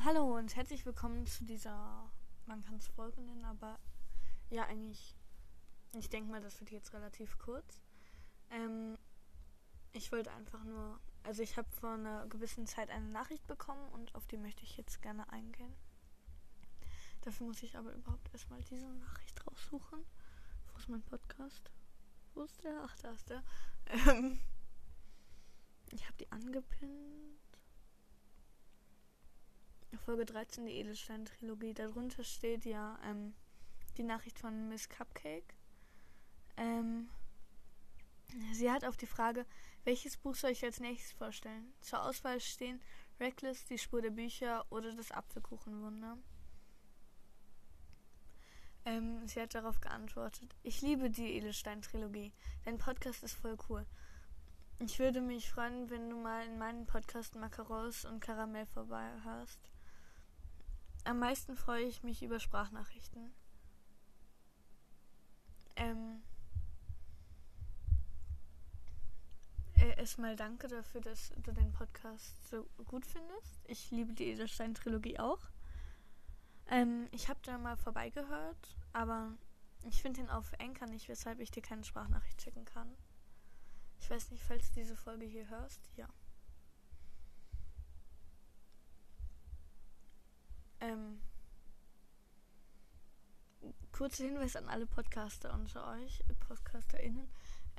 Hallo und herzlich willkommen zu dieser, man kann es Folge nennen, aber ja eigentlich, ich denke mal, das wird jetzt relativ kurz. Ich wollte einfach nur, also ich habe vor einer gewissen Zeit eine Nachricht bekommen und auf die möchte ich jetzt gerne eingehen. Dafür muss ich aber überhaupt erstmal diese Nachricht raussuchen. Wo ist mein Podcast? Wo ist der? Ach, da ist der. Ich habe die angepinnt. Folge 13, die Edelstein-Trilogie. Darunter steht ja die Nachricht von Miss Cupcake. Sie hat auf die Frage, welches Buch soll ich als nächstes vorstellen? Zur Auswahl stehen Reckless, die Spur der Bücher oder das Apfelkuchenwunder. Sie hat darauf geantwortet, ich liebe die Edelstein-Trilogie. Dein Podcast ist voll cool. Ich würde mich freuen, wenn du mal in meinen Podcast Macarons und Karamell vorbeihörst. Am meisten freue ich mich über Sprachnachrichten. Erstmal danke dafür, dass du den Podcast so gut findest. Ich liebe die Edelstein-Trilogie auch. Ich habe da mal vorbeigehört, aber ich finde ihn auf Anchor nicht, weshalb ich dir keine Sprachnachricht schicken kann. Ich weiß nicht, falls du diese Folge hier hörst. Ja. Kurzer Hinweis an alle Podcaster unter euch, PodcasterInnen.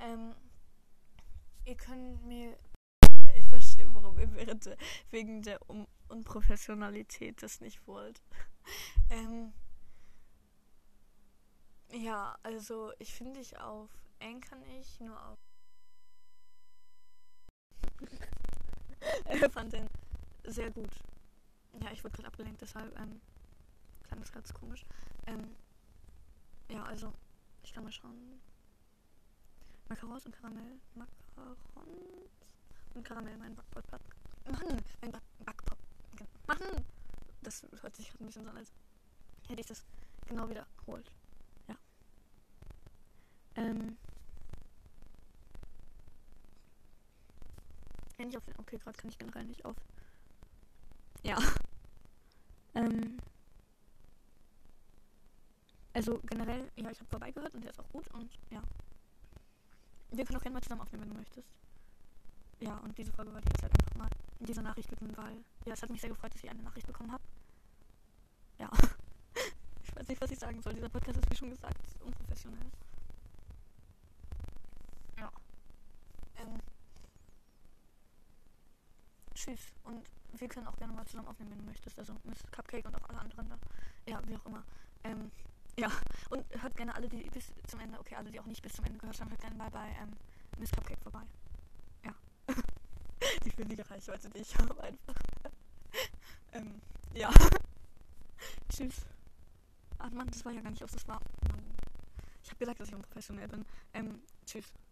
Ihr könnt mir, ich verstehe, warum ihr wegen der Unprofessionalität das nicht wollt. Ja, also ich finde dich auf Anchor nicht, nur auf fand den sehr gut. Ja, ich wurde gerade abgelenkt, deshalb klang das ganz komisch. Ja, also ich kann mal schauen. Macarons und Karamell. Macarons und Karamell, mein Backpop. Mann, mein Backpop. Mann! Das hört sich gerade ein bisschen so an, als hätte ich das genau wiederholt. Ja. Wenn ich auf. Okay, gerade kann ich generell nicht auf. Ja. Also generell, ja, ich habe vorbeigehört und der ist auch gut und ja. Wir können auch gerne mal zusammen aufnehmen, wenn du möchtest. Ja, und diese Folge wollte ich jetzt halt einfach mal in dieser Nachricht widmen, weil, ja, es hat mich sehr gefreut, dass ich eine Nachricht bekommen habe. Ja. Ich weiß nicht, was ich sagen soll. Dieser Podcast ist, wie schon gesagt, unprofessionell. Ja. Tschüss. Und wir können auch gerne mal zusammen aufnehmen, wenn du möchtest. Also Miss Cupcake und auch alle anderen da. Ja, wie auch immer. Ja. Und hört gerne alle, die bis zum Ende, okay, alle, die auch nicht bis zum Ende gehört haben, hört gerne mal bei Miss Cupcake vorbei. Ja. Die wenige Reichweite, die ich habe, einfach. Ja. Tschüss. Ach Mann, das war ja gar nicht, was das war. Mann. Ich habe gesagt, dass ich unprofessionell bin. Tschüss.